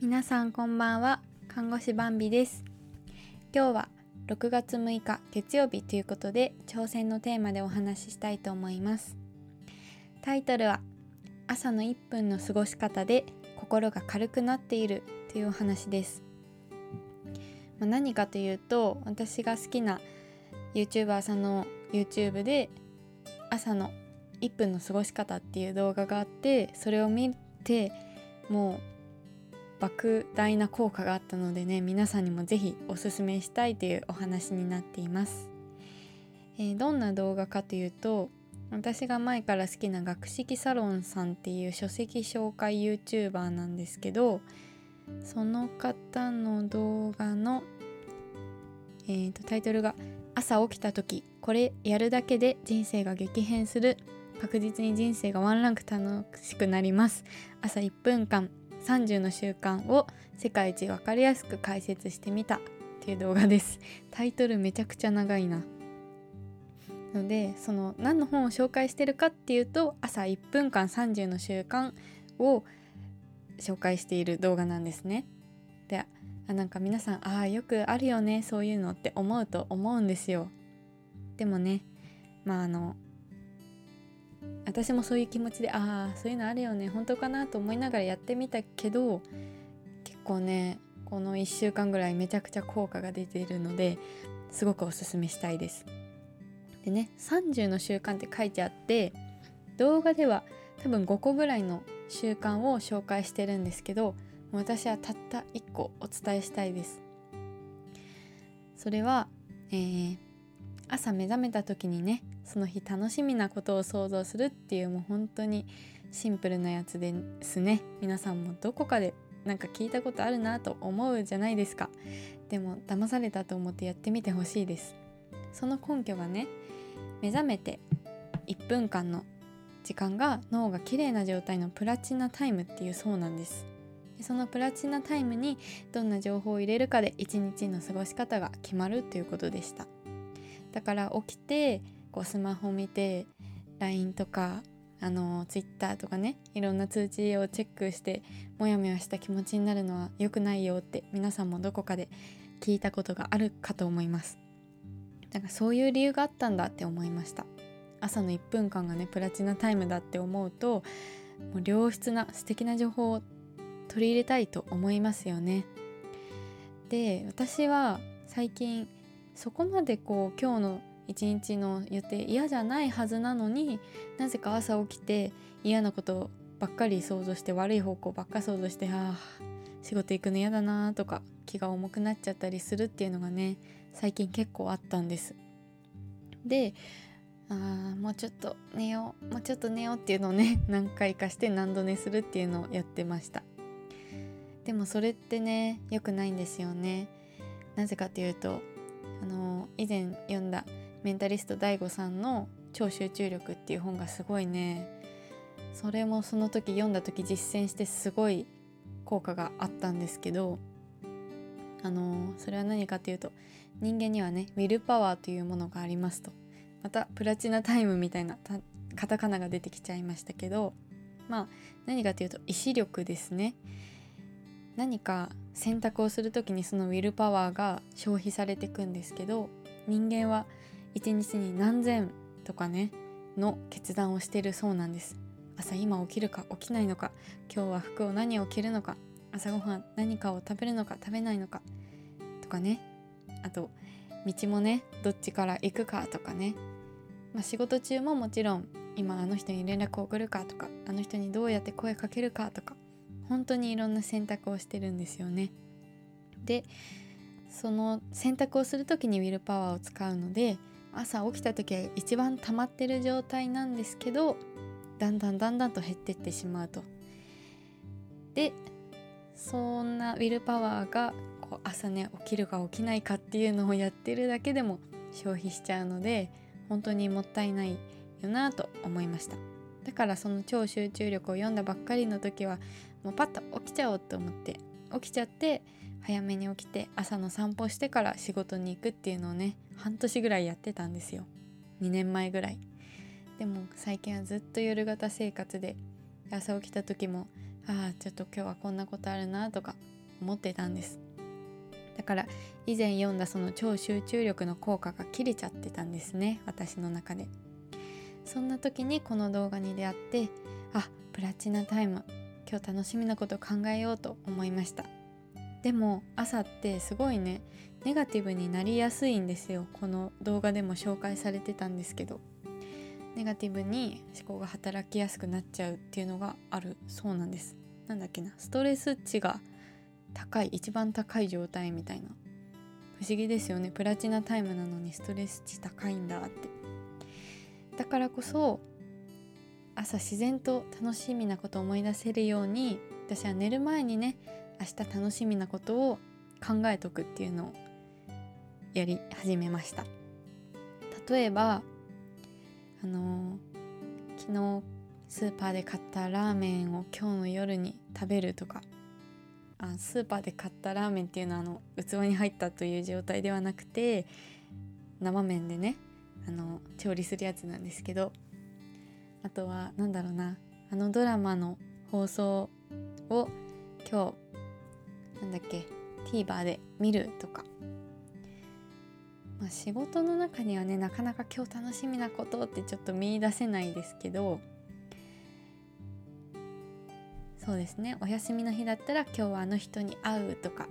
皆さんこんばんは。看護師バンビです。今日は6月6日月曜日ということで、挑戦のテーマでお話ししたいと思います。タイトルは朝の1分の過ごし方で心が軽くなっているというお話です。何かというと、私が好きな YouTuber さんの YouTube で朝の1分の過ごし方っていう動画があって、それを見てもう莫大な効果があったのでね、皆さんにもぜひおすすめしたいというお話になっています。どんな動画かというと、私が前から好きな学識サロンさんっていう書籍紹介 YouTuber なんですけど、その方の動画の、タイトルが朝起きた時これやるだけで人生が激変する、確実に人生がワンランク楽しくなります、朝1分間30の習慣を世界一わかりやすく解説してみたっていう動画です。タイトルめちゃくちゃ長いなので、その何の本を紹介してるかっていうと、朝1分間30の習慣を紹介している動画なんですね。で、なんか皆さんよくあるよねそういうのって思うと思うんですよ。でもね、私もそういう気持ちでそういうのあるよね本当かなと思いながらやってみたけど、結構ねこの1週間ぐらいめちゃくちゃ効果が出ているので、すごくおすすめしたいです。でね、30の習慣って書いてあって、動画では多分5個ぐらいの習慣を紹介してるんですけど、私はたった1個お伝えしたいです。それは、朝目覚めた時にね、その日楽しみなことを想像するっていう、もう本当にシンプルなやつですね。皆さんもどこかでなんか聞いたことあるなと思うじゃないですか。でも騙されたと思ってやってみてほしいです。その根拠がね、目覚めて1分間の時間が脳が綺麗な状態のプラチナタイムっていうそうなんです。でそのプラチナタイムにどんな情報を入れるかで一日の過ごし方が決まるということでした。だから起きてスマホ見て LINE とかTwitter とかね、いろんな通知をチェックしてモヤモヤした気持ちになるのは良くないよって、皆さんもどこかで聞いたことがあるかと思います。だからそういう理由があったんだって思いました。朝の1分間がねプラチナタイムだって思うと、もう良質な素敵な情報を取り入れたいと思いますよね。で、私は最近そこまで今日の一日の予定嫌じゃないはずなのに、なぜか朝起きて嫌なことばっかり想像して、悪い方向ばっか想像して、仕事行くの嫌だなとか気が重くなっちゃったりするっていうのがね、最近結構あったんです。で、もうちょっと寝ようっていうのをね何回かして何度寝するっていうのをやってました。でもそれってね良くないんですよね。なぜかというと、以前読んだメンタリスト DAIGO さんの超集中力っていう本がすごいね、それもその時読んだ時実践してすごい効果があったんですけど、それは何かというと、人間にはねウィルパワーというものがありますと。またプラチナタイムみたいなカタカナが出てきちゃいましたけど、何かというと意志力ですね。何か選択をするときにそのウィルパワーが消費されていくんですけど、人間は一日に何千とかねの決断をしているそうなんです。朝今起きるか起きないのか、今日は服を何を着るのか、朝ごはん何かを食べるのか食べないのかとかね、あと道もねどっちから行くかとかね、仕事中ももちろん今あの人に連絡を送るかとか、あの人にどうやって声かけるかとか、本当にいろんな選択をしてるんですよね。で、その選択をするときにウィルパワーを使うので、朝起きた時は一番溜まってる状態なんですけど、だんだんと減っていってしまうと。で、そんなウィルパワーが朝ね起きるか起きないかっていうのをやってるだけでも消費しちゃうので、本当にもったいないよなと思いました。だからその超集中力を読んだばっかりの時はもうパッと起きちゃおうと思って起きちゃって、早めに起きて朝の散歩してから仕事に行くっていうのをね半年ぐらいやってたんですよ。2年前ぐらい。でも最近はずっと夜型生活で、朝起きた時もちょっと今日はこんなことあるなとか思ってたんです。だから以前読んだその超集中力の効果が切れちゃってたんですね、私の中で。そんな時にこの動画に出会って、プラチナタイム、今日楽しみなことを考えようと思いました。でも朝ってすごいね、ネガティブになりやすいんですよ。この動画でも紹介されてたんですけど、ネガティブに思考が働きやすくなっちゃうっていうのがあるそうなんです。なんだっけな、ストレス値が高い、一番高い状態みたいな。不思議ですよね。プラチナタイムなのにストレス値高いんだって。だからこそ朝自然と楽しみなことを思い出せるように、私は寝る前にね、明日楽しみなことを考えとくっていうのをやり始めました。例えば昨日スーパーで買ったラーメンを今日の夜に食べるとか、スーパーで買ったラーメンっていうのは器に入ったという状態ではなくて、生麺でね調理するやつなんですけど、あとはドラマの放送を今日TVer で見るとか、仕事の中にはね、なかなか今日楽しみなことってちょっと見出せないですけど、そうですね、お休みの日だったら今日はあの人に会うとか、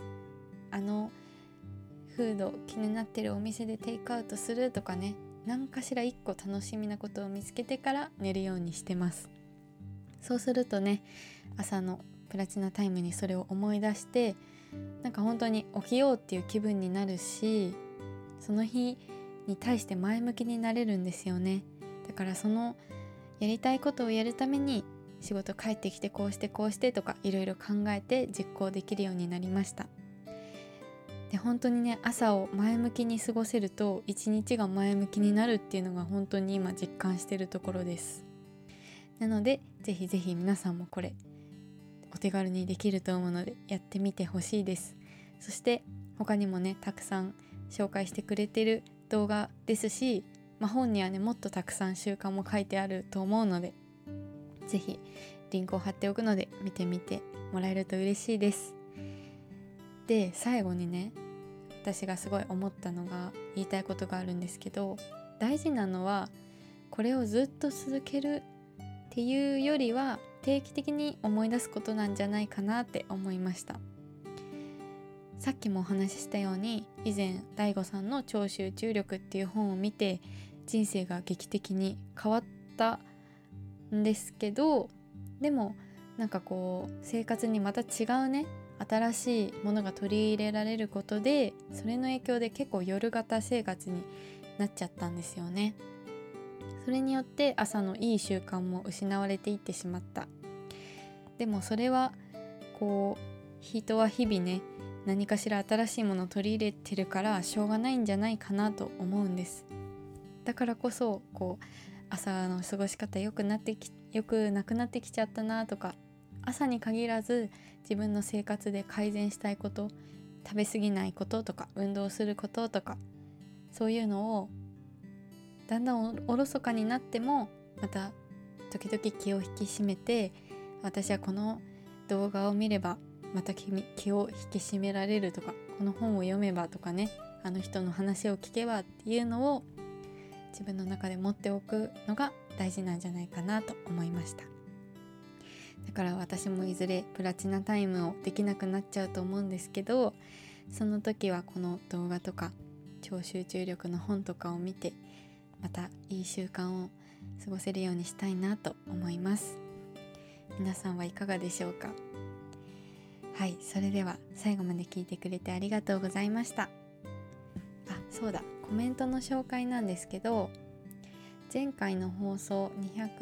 フード気になってるお店でテイクアウトするとかね、何かしら一個楽しみなことを見つけてから寝るようにしてます。そうするとね、朝のプラチナタイムにそれを思い出して、本当に起きようっていう気分になるし、その日に対して前向きになれるんですよね。だからそのやりたいことをやるために仕事帰ってきてこうしてとかいろいろ考えて実行できるようになりました。で、本当にね、朝を前向きに過ごせると一日が前向きになるっていうのが本当に今実感しているところです。なのでぜひぜひ皆さんもこれお手軽にできると思うのでやってみてほしいです。そして他にもね、たくさん紹介してくれてる動画ですし、本にはねもっとたくさん習慣も書いてあると思うので、ぜひリンクを貼っておくので見てみてもらえると嬉しいです。で、最後にね、私がすごい思ったのが、言いたいことがあるんですけど、大事なのはこれをずっと続けるっていうよりは定期的に思い出すことなんじゃないかなって思いました。さっきもお話ししたように、以前DAIGOさんの超集中力っていう本を見て人生が劇的に変わったんですけど、でも生活にまた違うね、新しいものが取り入れられることで、それの影響で結構夜型生活になっちゃったんですよね。それによって朝のいい習慣も失われていってしまった。でもそれは人は日々ね、何かしら新しいものを取り入れてるからしょうがないんじゃないかなと思うんです。だからこそ朝の過ごし方良くなくなってきちゃったなとか、朝に限らず自分の生活で改善したいこと、食べ過ぎないこととか運動することとか、そういうのをだんだんおろそかになってもまた時々気を引き締めて、私はこの動画を見ればまた気を引き締められるとか、この本を読めばとかね、あの人の話を聞けばっていうのを自分の中で持っておくのが大事なんじゃないかなと思いました。だから私もいずれプラチナタイムをできなくなっちゃうと思うんですけど、その時はこの動画とか超集中力の本とかを見て、またいい習慣を過ごせるようにしたいなと思います。皆さんはいかがでしょうか。はい、それでは最後まで聞いてくれてありがとうございました。そうだ、コメントの紹介なんですけど、前回の放送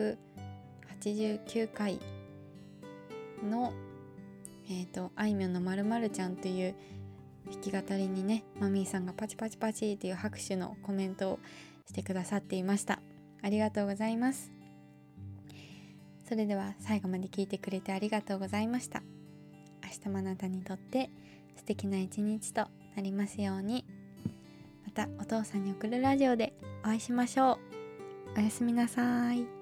289回のあいみょんの〇〇ちゃんという弾き語りにね、マミーさんがパチパチパチっていう拍手のコメントをしてくださっていました。ありがとうございます。それでは最後まで聞いてくれてありがとうございました。明日もあなたにとって素敵な一日となりますように。またお父さんに送るラジオでお会いしましょう。おやすみなさい。